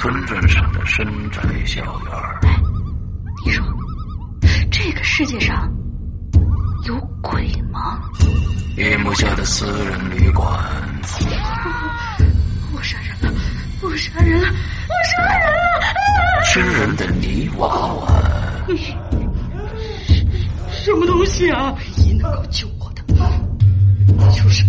村镇上的深宅小院。 哎，你说这个世界上有鬼吗？ 夜幕下的私人旅馆。 我杀人了！我杀人了！我杀人了！ 吃人的泥娃娃。 什么东西啊？唯一能够救我的，就是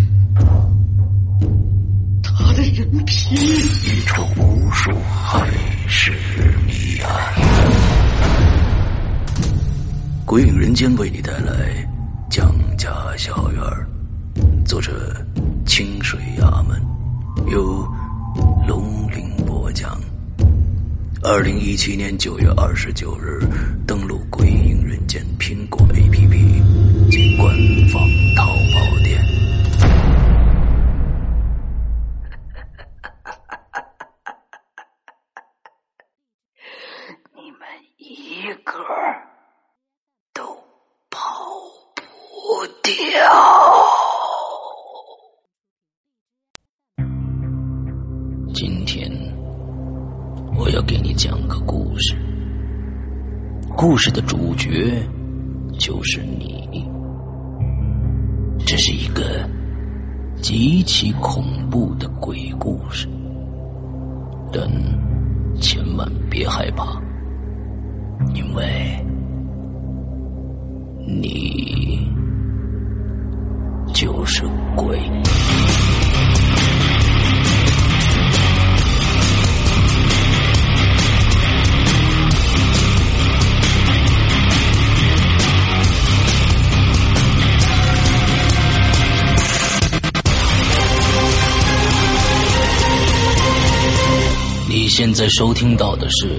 他的人皮。 一出无数害世谜案。鬼影人间为你带来蒋家小院，作者清水衙门，由龙鳞播讲。2017年9月29日登录鬼影人间苹果 APP 及官方淘宝店。 你们一个都跑不掉。 今天我要给你讲个故事，故事的主角就是你。这是一个极其恐怖的鬼故事，但千万别害怕，因为你就是鬼。你现在收听到的是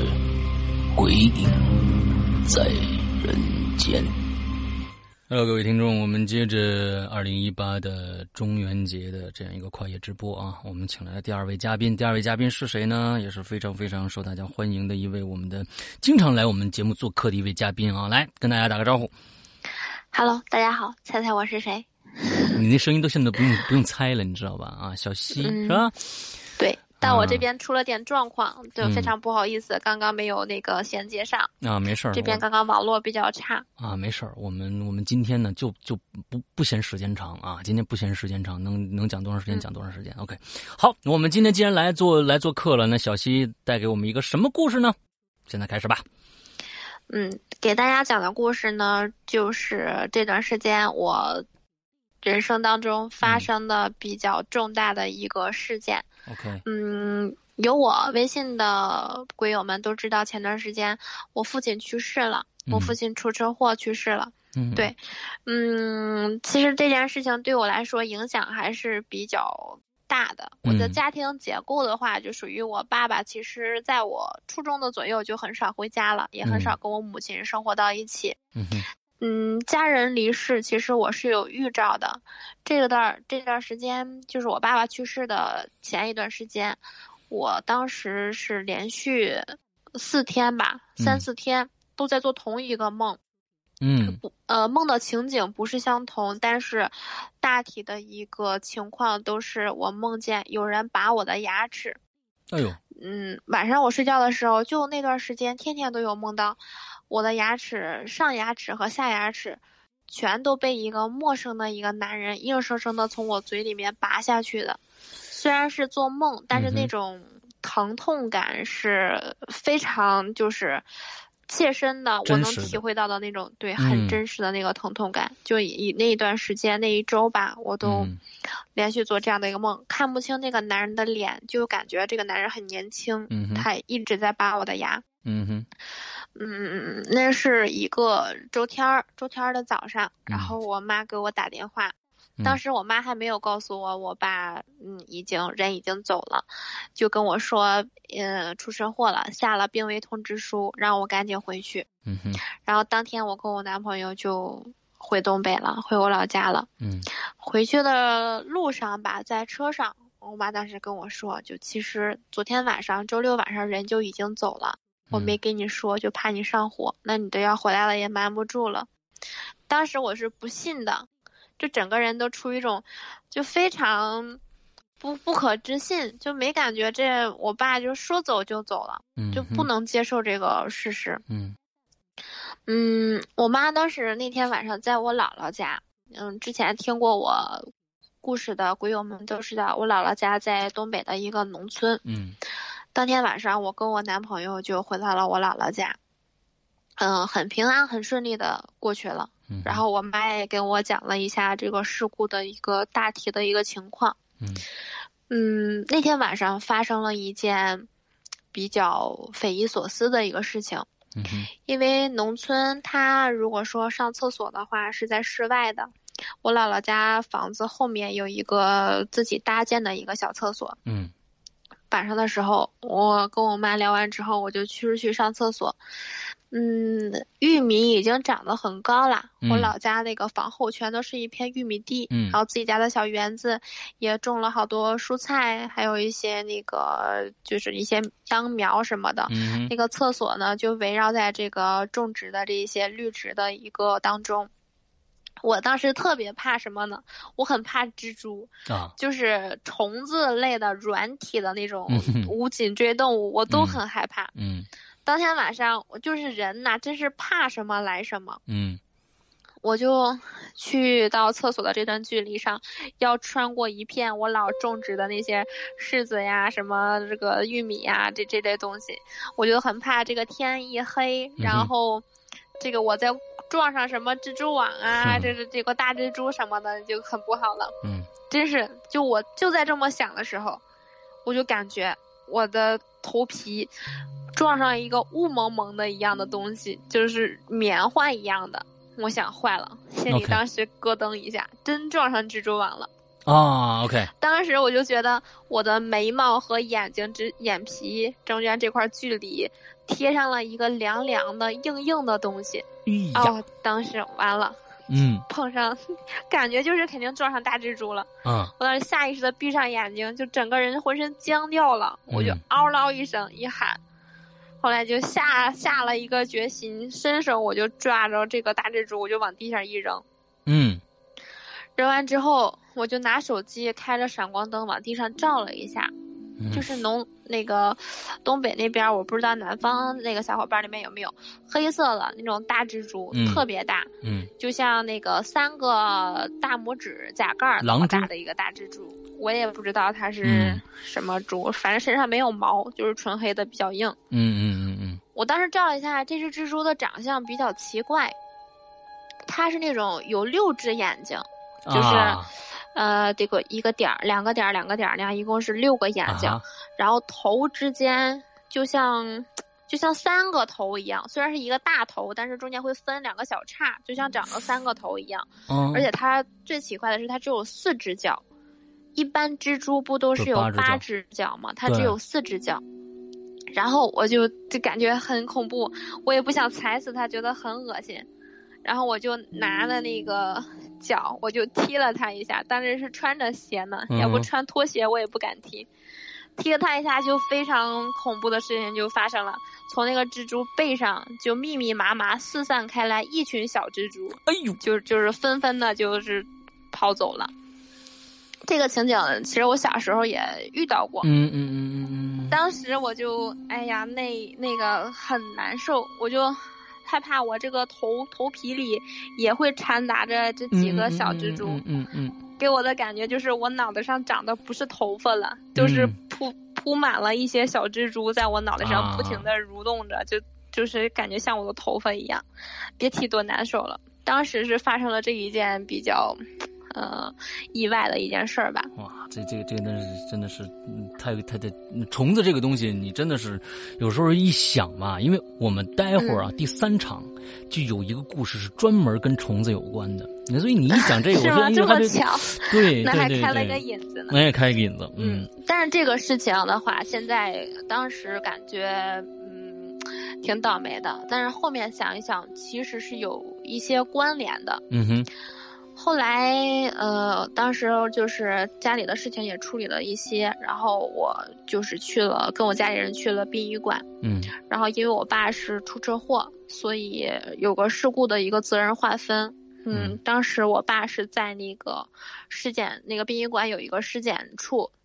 《鬼影在人间》。Hello， 各位听众，我们接着2018的中元节的这样一个跨夜直播啊，我们请来了第二位嘉宾。第二位嘉宾是谁呢？也是非常非常受大家欢迎的一位我们的经常来我们节目做客的一位嘉宾啊，来跟大家打个招呼。 Hello， 大家好，猜猜我是谁？ 你那声音都现在不用猜了，你知道吧？啊，小溪、是吧？ 对。但我这边出了点状况，就非常不好意思，刚刚没有那个衔接上啊，没事儿， 这边刚刚网络比较差啊，没事儿，我们今天呢就不嫌时间长啊，今天不嫌时间长，能讲多长时间讲多长时间。OK， 好，我们今天既然来做客了，那小溪带给我们一个什么故事呢？现在开始吧。 给大家讲的故事呢，就是这段时间我人生当中发生的比较重大的一个事件。 OK， 有我微信的鬼友们都知道，前段时间我父亲去世了，我父亲出车祸去世了。对，其实这件事情对我来说影响还是比较大的。我的家庭结构的话，就属于我爸爸，其实在我初中的左右就很少回家了，也很少跟我母亲生活到一起。家人离世，其实我是有预兆的。这段时间，就是我爸爸去世的前一段时间，我当时是连续3-4天都在做同一个梦。梦的情景不是相同，但是大体的一个情况都是我梦见有人拔我的牙齿。 哎呦， 晚上我睡觉的时候，就那段时间天天都有梦到我的牙齿，上牙齿和下牙齿全都被一个陌生的一个男人硬生生的从我嘴里面拔下去的。虽然是做梦，但是那种疼痛感是非常就是切身的，我能体会到的那种，对，很真实的那个疼痛感。就以那一段时间，那一周吧，我都连续做这样的一个梦，看不清那个男人的脸，就感觉这个男人很年轻，他一直在拔我的牙。那是一个周天的早上，然后我妈给我打电话。当时我妈还没有告诉我，我爸人已经走了，就跟我说出车祸了，下了病危通知书，让我赶紧回去。然后当天我跟我男朋友就回东北了，回我老家了。回去的路上吧，在车上，我妈当时跟我说，就其实昨天晚上周六晚上人就已经走了，我没跟你说，就怕你上火，那你都要回来了也瞒不住了。当时我是不信的，就整个人都处于一种就非常不可置信，就没感觉这我爸就说走就走了，就不能接受这个事实。我妈当时那天晚上在我姥姥家，之前听过我故事的鬼友们都知道，我姥姥家在东北的一个农村。当天晚上我跟我男朋友就回到了我姥姥家，很平安很顺利的过去了。然后我妈也跟我讲了一下这个事故的一个大体的一个情况。那天晚上发生了一件比较匪夷所思的一个事情。因为农村它如果说上厕所的话是在室外的，我姥姥家房子后面有一个自己搭建的一个小厕所。晚上的时候我跟我妈聊完之后，我就去上厕所。玉米已经长得很高了，我老家那个房后全都是一片玉米地。然后自己家的小园子也种了好多蔬菜，还有一些那个就是一些秧苗什么的。那个厕所呢就围绕在这个种植的这些绿植的一个当中。我当时特别怕什么呢？我很怕蜘蛛就是虫子类的软体的那种无颈椎动物，我都很害怕。当天晚上我就是人呐，真是怕什么来什么。我就去到厕所的这段距离上，要穿过一片我老种植的那些柿子呀、什么这个玉米呀这类东西，我就很怕这个天一黑，然后这个我再撞上什么蜘蛛网啊，这个大蜘蛛什么的就很不好了。真是我就在这么想的时候，我就感觉我的头皮撞上一个雾蒙蒙的一样的东西，就是棉花一样的。我想坏了，心里当时咯噔一下，真撞上蜘蛛网了。 OK。 当时我就觉得我的眉毛和眼皮中间这块距离贴上了一个凉凉的硬硬的东西。当时完了。碰上，感觉就是肯定撞上大蜘蛛了。我当时下意识的闭上眼睛，就整个人浑身僵掉了。我就嗷嗷一声一喊，后来就下了一个决心，伸手我就抓着这个大蜘蛛，我就往地上一扔。扔完之后，我就拿手机开着闪光灯往地上照了一下。就是那个东北那边，我不知道南方那个小伙伴里面有没有黑色的那种大蜘蛛，特别大。就像那个3个大拇指甲盖那么大的一个大蜘蛛。我也不知道它是什么猪，反正身上没有毛，就是纯黑的，比较硬。我当时照了一下，这只蜘蛛的长相比较奇怪，它是那种有6只眼睛，就是这个1个点儿2个点儿2个点儿那样，一共是6个眼睛。然后头之间就像3个头一样，虽然是一个大头，但是中间会分2个小叉，就像长了3个头一样。而且它最奇怪的是它只有4只脚，一般蜘蛛不都是有8只脚吗？它只有4只脚。然后我就感觉很恐怖，我也不想踩死它，觉得很恶心。然后我就拿了那个脚，我就踢了它一下，当时是穿着鞋呢，要不穿拖鞋我也不敢踢。踢了它一下，就非常恐怖的事情就发生了，从那个蜘蛛背上就密密麻麻四散开来一群小蜘蛛。就是纷纷的就是跑走了。这个情景其实我小时候也遇到过。当时我就那个很难受，我就害怕我这个头皮里也会掺杂着这几个小蜘蛛。给我的感觉就是我脑袋上长的不是头发了，就是铺满了一些小蜘蛛在我脑袋上不停的蠕动着，就是感觉像我的头发一样，别提多难受了。当时是发生了这一件比较意外的一件事儿吧。 哇，这真的是太虫子这个东西，你真的是有时候一想嘛，因为我们待会儿第3场就有一个故事是专门跟虫子有关的，所以你一讲这个， 是吗？这么巧？ 对， 那还开了一个引子呢。 那也开一个引子。 但是这个事情的话，当时感觉挺倒霉的，但是后面想一想，其实是有一些关联的。后来当时就是家里的事情也处理了一些，然后我就是跟我家里人去了殡仪馆。然后因为我爸是出车祸，所以有个事故的一个责任划分。当时我爸是在那个尸检那个殡仪馆有一个尸检处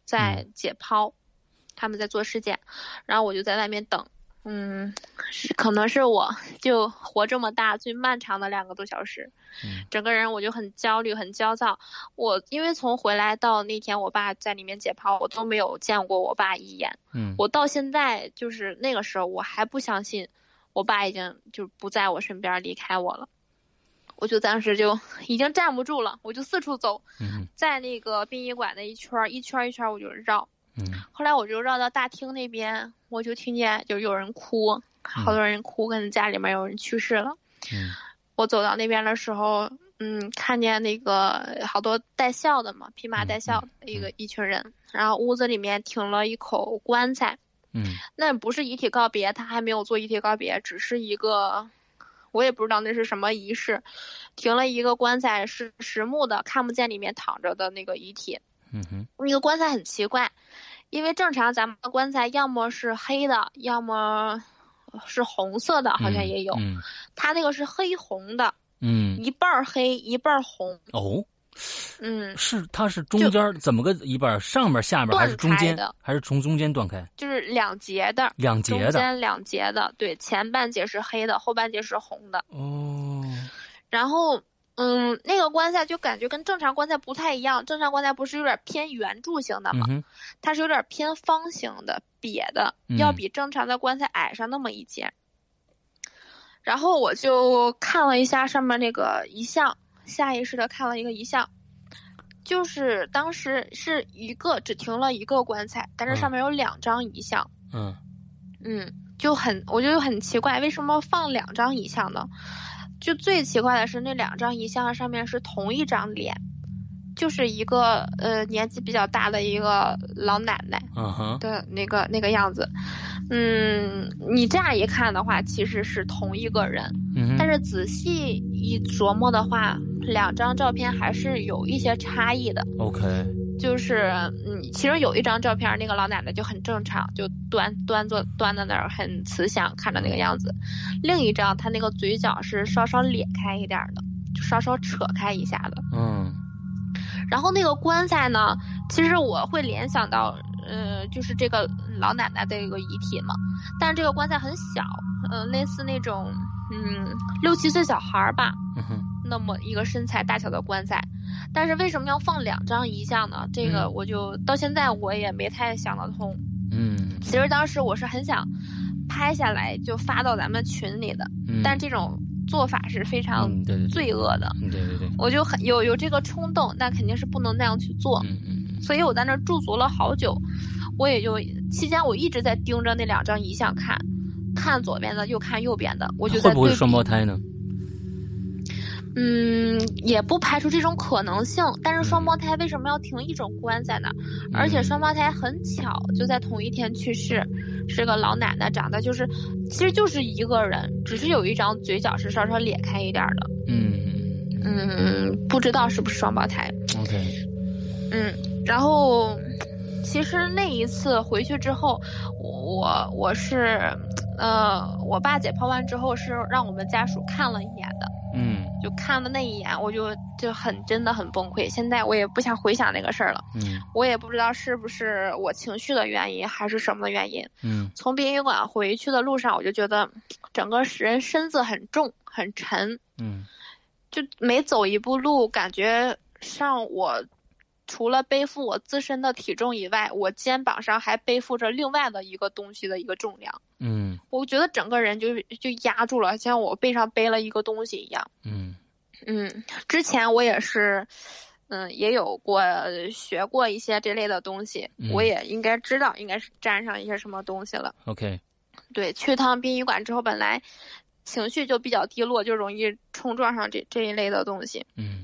在解剖，他们在做尸检，然后我就在外面等。可能是我就活这么大最漫长的2个多小时，整个人我就很焦虑很焦躁。我因为从回来到那天我爸在里面解剖，我都没有见过我爸一眼。我到现在就是那个时候我还不相信我爸已经就不在我身边离开我了。我就当时就已经站不住了，我就四处走，在那个殡仪馆的一圈我就绕。后来我就绕到大厅那边，我就听见就有人哭，好多人哭，可能家里面有人去世了。我走到那边的时候，看见那个好多带孝的嘛，披麻戴孝的一群人，然后屋子里面停了一口棺材。那不是遗体告别，他还没有做遗体告别，只是一个我也不知道那是什么仪式，停了一个棺材，是实木的，看不见里面躺着的那个遗体。那个棺材很奇怪，因为正常咱们的棺材要么是黑的，要么是红色的，好像也有。它那个是黑红的，一半黑一半红。 哦，它是中间怎么个一半？上面下面还是中间？还是从中间断开？ 就是2节的，中间2节的，对，前半截是黑的，后半截是红的。 哦， 然后。那个棺材就感觉跟正常棺材不太一样，正常棺材不是有点偏圆柱形的吗？它是有点偏方形的，瘪的，要比正常的棺材矮上那么一截。然后我就看了一下上面那个遗像，下意识的看了一个遗像，就是当时是只停了一个棺材，但是上面有2张遗像。我就很奇怪，为什么放2张遗像呢？就最奇怪的是那2张遗像上面是同一张脸，就是一个年纪比较大的一个老奶奶的那个样子。你这样一看的话其实是同一个人，但是仔细一琢磨的话，2张照片还是有一些差异的。 OK， 就是其中有一张照片那个老奶奶就很正常，就端在那儿很慈祥看着那个样子。另一张她那个嘴角是稍稍咧开一点的，就稍稍扯开一下的。然后那个棺材呢，其实我会联想到就是这个老奶奶的一个遗体嘛，但是这个棺材很小，类似那种6、7岁小孩吧，那么一个身材大小的棺材。但是为什么要放2张遗像呢？这个我就到现在我也没太想得通。其实当时我是很想拍下来就发到咱们群里的，但这种做法是非常罪恶的。 对， 我就很有这个冲动，那肯定是不能那样去做。所以我在那驻足了好久，我也就期间我一直在盯着那2张遗像看左边的又看右边的，我就在对比。会不会双胞胎呢？ 也不排除这种可能性，但是双胞胎为什么要停一种棺材呢？而且双胞胎很巧就在同一天去世，是个老奶奶，长得其实就是一个人，只是有一张嘴角是稍稍咧开一点的。不知道是不是双胞胎。 OK。 然后其实那一次回去之后，我是我爸解剖完之后是让我们家属看了一眼的。就看了那一眼，我就真的很崩溃。现在我也不想回想那个事儿了。我也不知道是不是我情绪的原因，还是什么原因。从殡仪馆回去的路上，我就觉得整个人身子很重很沉。就每走一步路，感觉上我除了背负我自身的体重以外，我肩膀上还背负着另外的一个东西的一个重量。我觉得整个人就压住了，像我背上背了一个东西一样。之前我也是也有过学过一些这类的东西，我也应该知道应该是沾上一些什么东西了。 OK。 对，去趟殡仪馆之后本来情绪就比较低落，就容易冲撞上这一类的东西。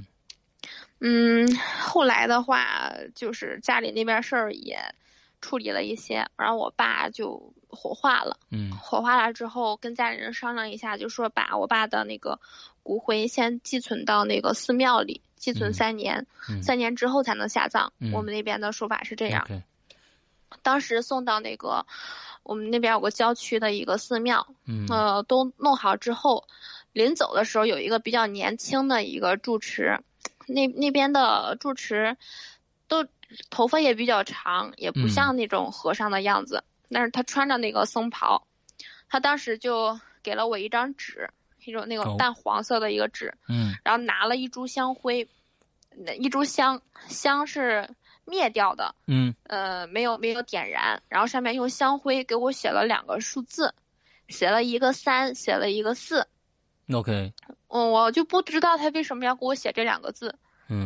后来的话就是家里那边事儿也处理了一些，然后我爸就火化了。火化了之后跟家里人商量一下，就说把我爸的那个骨灰先寄存到那个寺庙里，寄存3年，3年之后才能下葬。我们那边的说法是这样。当时送到那个我们那边有个郊区的一个寺庙，都弄好之后，临走的时候有一个比较年轻的一个住持，那边的住持都头发也比较长，也不像那种和尚的样子，但是他穿着那个僧袍，他当时就给了我一张纸，一种那种淡黄色的一个纸，然后拿了一株香灰，一株香是灭掉的，没有点燃，然后上面用香灰给我写了2个数字，写了一个3，写了一个4。 OK， 我就不知道他为什么要给我写这2个字。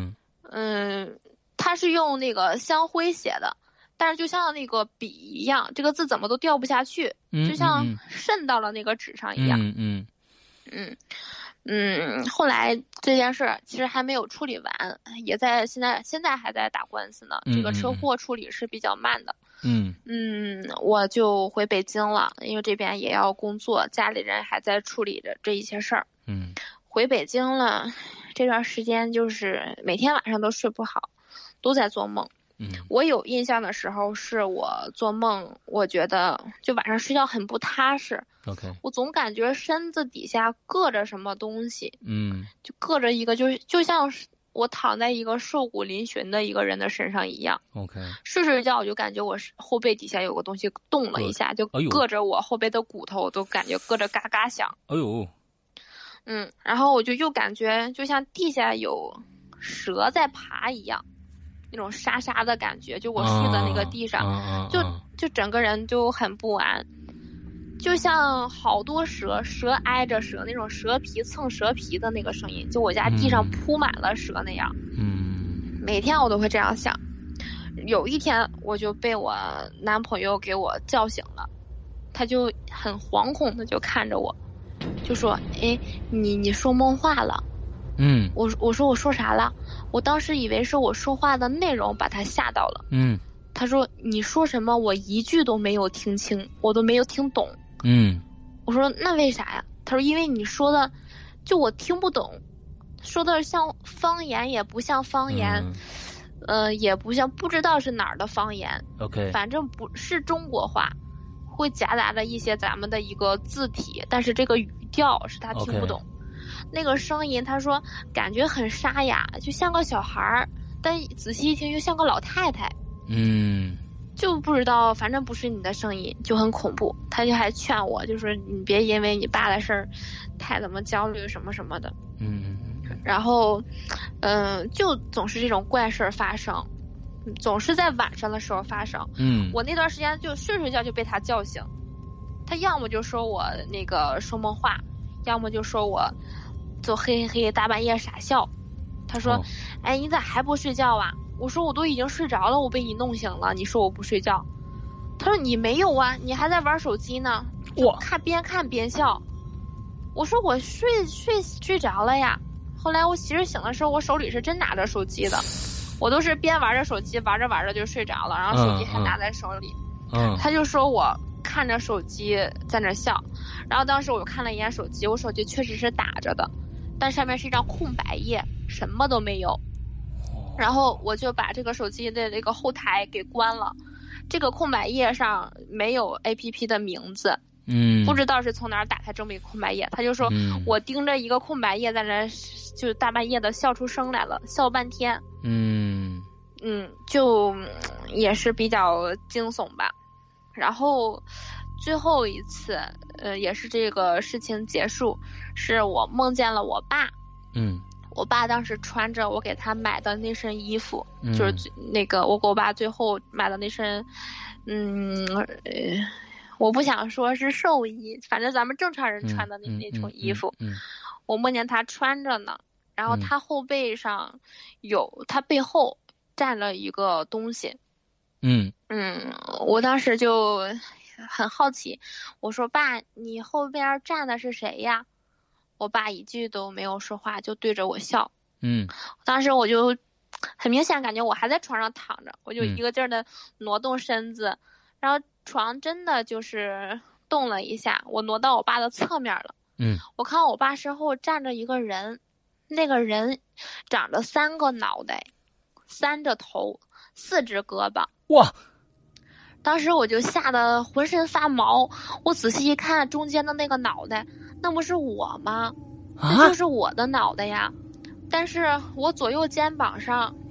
他是用那个香灰写的，但是就像那个笔一样，这个字怎么都掉不下去，就像渗到了那个纸上一样。后来这件事其实还没有处理完，也在现在还在打官司呢。这个车祸处理是比较慢的。我就回北京了，因为这边也要工作，家里人还在处理着这一些事儿。回北京了，这段时间就是每天晚上都睡不好，都在做梦。我有印象的时候是我做梦，我觉得就晚上睡觉很不踏实。 OK， 我总感觉身子底下硌着什么东西。就硌着一个，就像我躺在一个瘦骨嶙峋的一个人的身上一样。 OK， 睡觉我就感觉我后背底下有个东西动了一下，就硌着我后背的骨头，我都感觉硌着嘎嘎响。 哎呦。 然后我就又感觉就像地下有蛇在爬一样，那种沙沙的感觉，就我睡的那个地上，就整个人就很不安，就像好多蛇挨着蛇，那种蛇皮蹭蛇皮的那个声音，就我家地上铺满了蛇那样。每天我都会这样想。有一天我就被我男朋友给我叫醒了，他就很惶恐的就看着我，就说：“哎，你说梦话了。”我说我说啥了？我当时以为是我说话的内容把他吓到了。他说你说什么？我一句都没有听清，我都没有听懂。我说那为啥呀？他说因为你说的，就我听不懂，说的像方言也不像方言，也不像不知道是哪儿的方言。 OK， 反正不是中国话，会夹杂着一些咱们的一个字体，但是这个语调是他听不懂。那个声音他说感觉很沙哑，就像个小孩儿，但仔细一听又像个老太太。就不知道，反正不是你的声音，就很恐怖。他就还劝我，就说你别因为你爸的事儿太怎么焦虑什么什么的。然后就总是这种怪事儿发生，总是在晚上的时候发生。我那段时间就睡觉就被他叫醒，他要么就说我那个说梦话，要么就说我就嘿嘿嘿大半夜傻笑。他说哎你咋还不睡觉啊？我说我都已经睡着了，我被你弄醒了，你说我不睡觉。他说你没有啊，你还在玩手机呢，边看边笑。我说我睡着了呀。后来我其实醒的时候，我手里是真拿着手机的，我都是边玩着手机玩着就睡着了，然后手机还拿在手里。他就说我看着手机在那笑，然后当时我又看了一眼手机，我手机确实是打着的，但上面是一张空白页，什么都没有。然后我就把这个手机的这个后台给关了，这个空白页上没有 APP 的名字，不知道是从哪儿打开这么一个空白页。他就说我盯着一个空白页在那就大半夜的笑出声来了，笑半天。就也是比较惊悚吧。然后最后一次也是这个事情结束，是我梦见了我爸。我爸当时穿着我给他买的那身衣服，就是那个我给我爸最后买的那身我不想说是寿衣，反正咱们正常人穿的那种衣服。我梦见他穿着呢，然后他后背上他背后站了一个东西。我当时就很好奇，我说爸你后边站的是谁呀？我爸一句都没有说话，就对着我笑。当时我就很明显感觉我还在床上躺着，我就一个劲儿的挪动身子，然后床真的就是动了一下，我挪到我爸的侧面了。我看我爸身后站着一个人，那个人长着3个脑袋，3个头，4只胳膊。 哇！ 当时我就吓得浑身发毛，我仔细一看中间的那个脑袋，那不是我吗？那就是我的脑袋呀。但是我左右肩膀上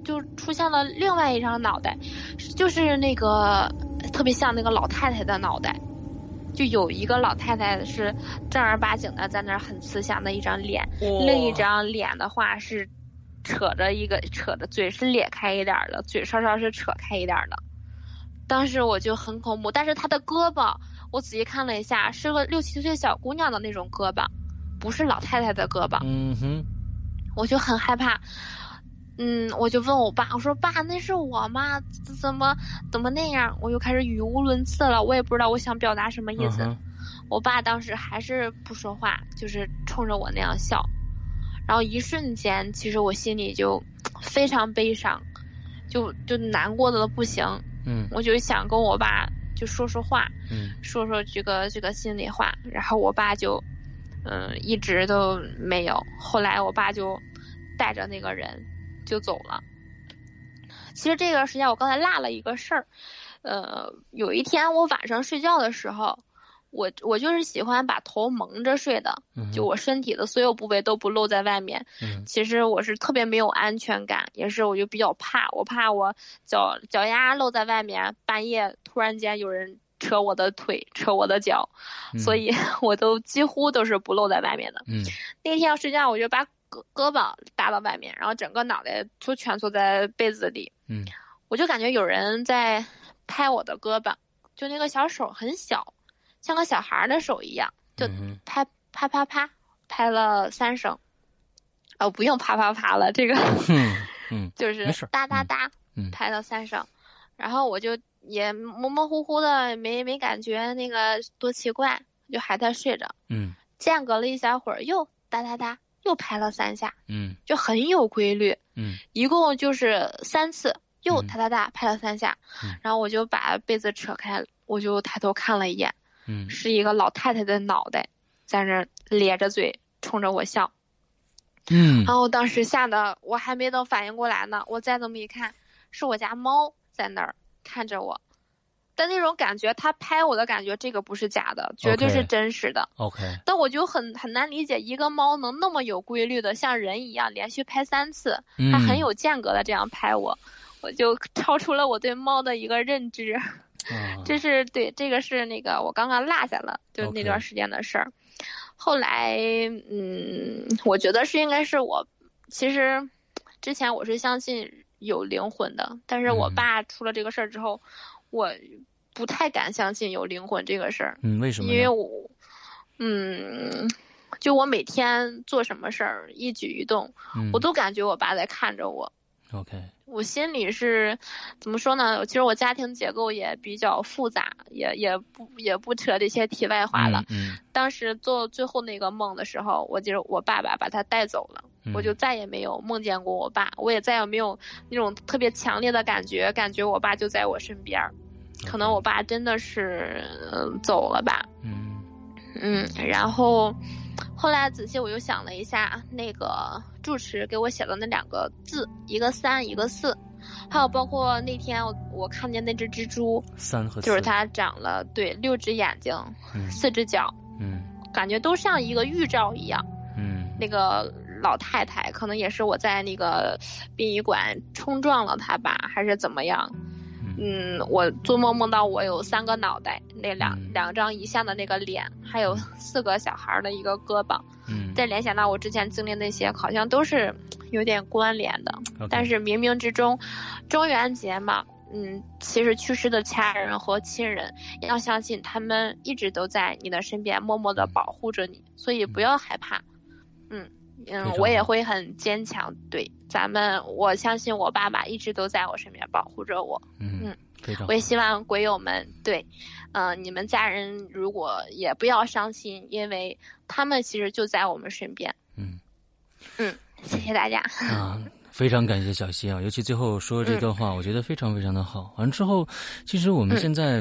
就出现了另外一张脑袋，就是那个特别像那个老太太的脑袋，就有一个老太太是正儿八经的在那儿很慈祥的一张脸，另一张脸的话是扯着嘴是咧开一点的，嘴稍稍是扯开一点的。当时我就很恐怖，但是她的胳膊我仔细看了一下，是个6、7岁小姑娘的那种胳膊，不是老太太的胳膊。我就很害怕。我就问我爸，我说爸，那是我吗？怎么那样？我又开始语无伦次了，我也不知道我想表达什么意思。我爸当时还是不说话，就是冲着我那样笑。然后一瞬间，其实我心里就非常悲伤，就难过的不行。我就想跟我爸就说说话，说说这个心里话。然后我爸就一直都没有。后来我爸就带着那个人就走了。其实这个时间我刚才落了一个事儿，有一天我晚上睡觉的时候，我就是喜欢把头蒙着睡的，就我身体的所有部位都不露在外面。其实我是特别没有安全感，也是我就比较怕，我怕我脚丫露在外面，半夜突然间有人扯我的腿，扯我的脚，所以我都几乎都是不露在外面的。那天要睡觉，我就把胳膊搭到外面，然后整个脑袋就蜷缩在被子里。我就感觉有人在拍我的胳膊，就那个小手很小，像个小孩的手一样，就拍啪啪啪拍了3声。不用啪啪啪了，这个就是哒哒哒拍了3声。然后我就也模模糊糊的没感觉那个多奇怪，就还在睡着。间隔了一小会儿，又哒哒哒又拍了3下，就很有规律。一共就是3次，又哒哒哒拍了3下。然后我就把被子扯开，我就抬头看了一眼，是一个老太太的脑袋在那咧着嘴冲着我笑。然后当时吓得我还没等反应过来呢，我再这么一看，是我家猫在那儿看着我。但那种感觉，他拍我的感觉，这个不是假的，绝对是真实的。但我就很难理解，一个猫能那么有规律的像人一样连续拍3次，还很有间隔的这样拍我，我就超出了我对猫的一个认知。这是对，这个是那个我刚刚落下了，就那段时间的事儿。后来我觉得是应该是我，其实之前我是相信有灵魂的，但是我爸出了这个事儿之后，我不太敢相信有灵魂这个事儿。 为什么呢？ 因为我就我每天做什么事儿，一举一动，我都感觉我爸在看着我。我心里是怎么说呢？其实我家庭结构也比较复杂，也不扯这些题外话了。当时做最后那个梦的时候，我记得我爸爸把他带走了，我就再也没有梦见过我爸，我也再也没有那种特别强烈的感觉我爸就在我身边。可能我爸真的是走了吧。然后后来仔细我又想了一下，那个住持给我写的那2个字，一个3一个4，还有包括那天我看见那只蜘蛛 ，3和4， 就是它长了6只眼睛，4只脚，感觉都像一个预兆一样。那个老太太可能也是我在那个殡仪馆冲撞了她吧，还是怎么样。我做梦梦到我有3个脑袋，那两张遗像的那个脸，还有4个小孩的一个胳膊。再联想到我之前经历那些，好像都是有点关联的。但是冥冥之中，中元节嘛，其实去世的家人和亲人，要相信他们一直都在你的身边，默默的保护着你，所以不要害怕。我也会很坚强。对，我相信我爸爸一直都在我身边保护着我。我也希望鬼友们对，你们家人如果也不要伤心，因为他们其实就在我们身边。谢谢大家。 非常感谢小溪啊，尤其最后说这段话，我觉得非常非常的好。完之后，其实我们现在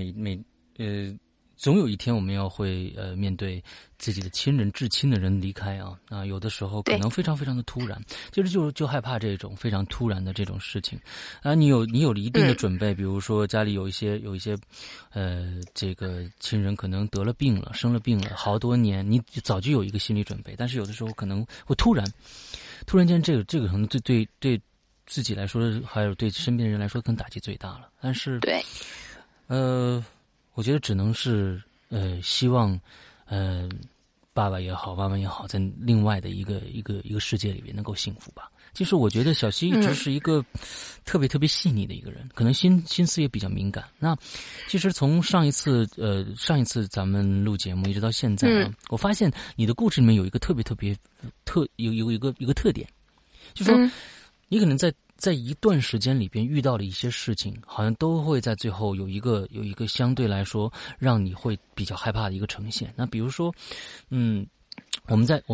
总有一天我们要会面对自己的亲人至亲的人离开啊，有的时候可能非常非常的突然，就害怕这种非常突然的这种事情啊。你有了一定的准备，比如说家里有一些这个亲人可能得了病了，生了病了好多年，你早就有一个心理准备，但是有的时候可能会突然间这个可能对自己来说，还有对身边的人来说，可能打击最大了。但是， 对， 我觉得只能是希望，爸爸也好，妈妈也好，在另外的一个世界里边能够幸福吧。其实我觉得小溪一直是一个特别细腻的一个人，可能心思也比较敏感。那其实从上一次咱们录节目一直到现在呢，我发现你的故事里面有一个特别有一个特点，就是说你可能在一段时间里边遇到了一些事情，好像都会在最后有一个相对来说让你会比较害怕的一个呈现。那比如说，我们在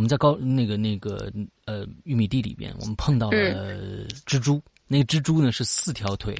玉米地里边，我们碰到了蜘蛛，那个蜘蛛呢是4条腿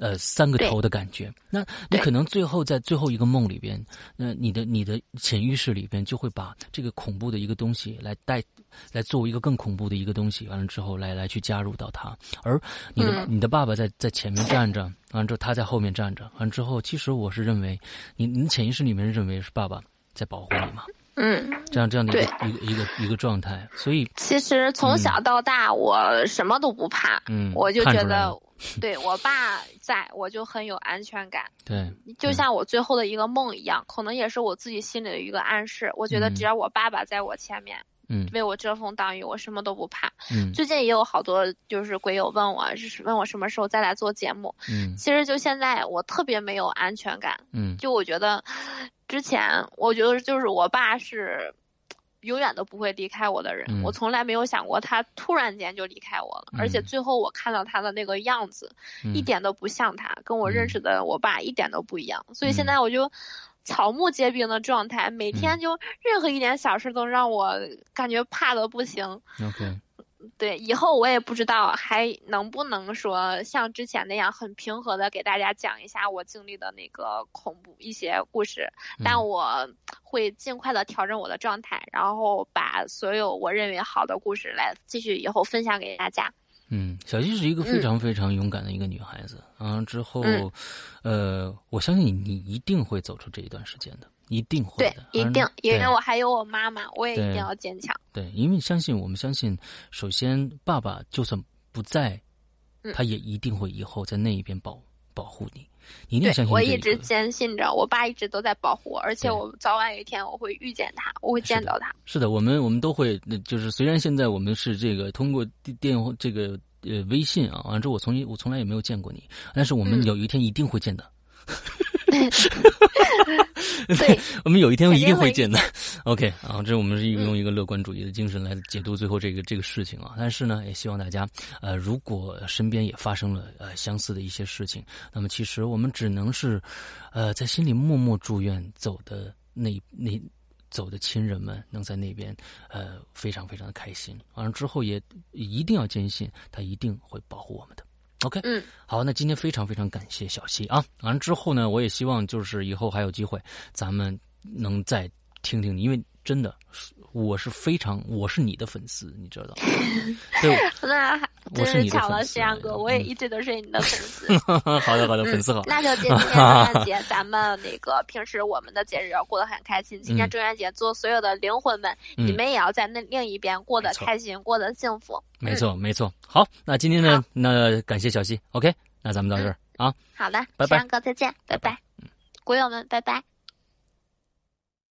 ，3个头的感觉。那你可能在最后一个梦里边，你的潜意识里边就会把这个恐怖的一个东西来作为一个更恐怖的一个东西，完了之后来去加入到它。而你的爸爸在前面站着，完了之后他在后面站着，完了之后，其实我是认为你潜意识里面认为是爸爸在保护你嘛。这样的一个状态，所以其实从小到大我什么都不怕，我就觉得，对我爸在我就很有安全感。 对， 就像我最后的一个梦一样，可能也是我自己心里的一个暗示。我觉得只要我爸爸在我前面，为我遮风挡雨，我什么都不怕。最近也有好多就是鬼友问我什么时候再来做节目。其实就现在我特别没有安全感。就我觉得。之前我觉得就是我爸是永远都不会离开我的人，我从来没有想过他突然间就离开我了，而且最后我看到他的那个样子，一点都不像他，跟我认识的我爸一点都不一样，所以现在我就草木皆兵的状态，每天就任何一点小事都让我感觉怕得不行。 OK。 对，以后我也不知道还能不能说像之前那样很平和的给大家讲一下我经历的那个恐怖一些故事，但我会尽快的调整我的状态，然后把所有我认为好的故事来继续以后分享给大家。 小溪是一个非常勇敢的一个女孩子之后我相信你一定会走出这一段时间的，一定会的。 对，一定，因为我还有我妈妈，我也一定要坚强。 对，因为我们相信，首先爸爸就算不在，他也一定会以后在那一边保护你。你一定相信我一直坚信着，我爸一直都在保护我，而且我早晚有一天我会遇见他，我会见到他。 是的，我们都会，就是虽然现在我们是这个通过电话这个微信啊，完了之后我从来也没有见过你，但是我们有一天一定会见的。对，我们有一天一定会见的。OK 这我们是用一个乐观主义的精神来解读最后这个事情啊。但是呢，也希望大家如果身边也发生了相似的一些事情，那么其实我们只能是在心里默默祝愿走的走的亲人们能在那边非常的开心。完了之后也一定要坚信他一定会保护我们的。OK， 好，那今天非常感谢小溪啊。完了之后呢，我也希望就是以后还有机会，咱们能再听听你，因为真的，我是你的粉丝，你知道？对， 那真是巧了，石阳哥，我也一直都是你的粉丝。 好的，粉丝好。 那就今天中元节，咱们那个平时我们的节日要过得很开心。今天中元节，做所有的灵魂们，你们也要在那另一边过得开心，过得幸福。 没错。好，那今天呢，那感谢小溪。OK， 那咱们到这儿啊。 好的， 拜拜， 石阳哥再见，拜拜。鬼友们，拜拜。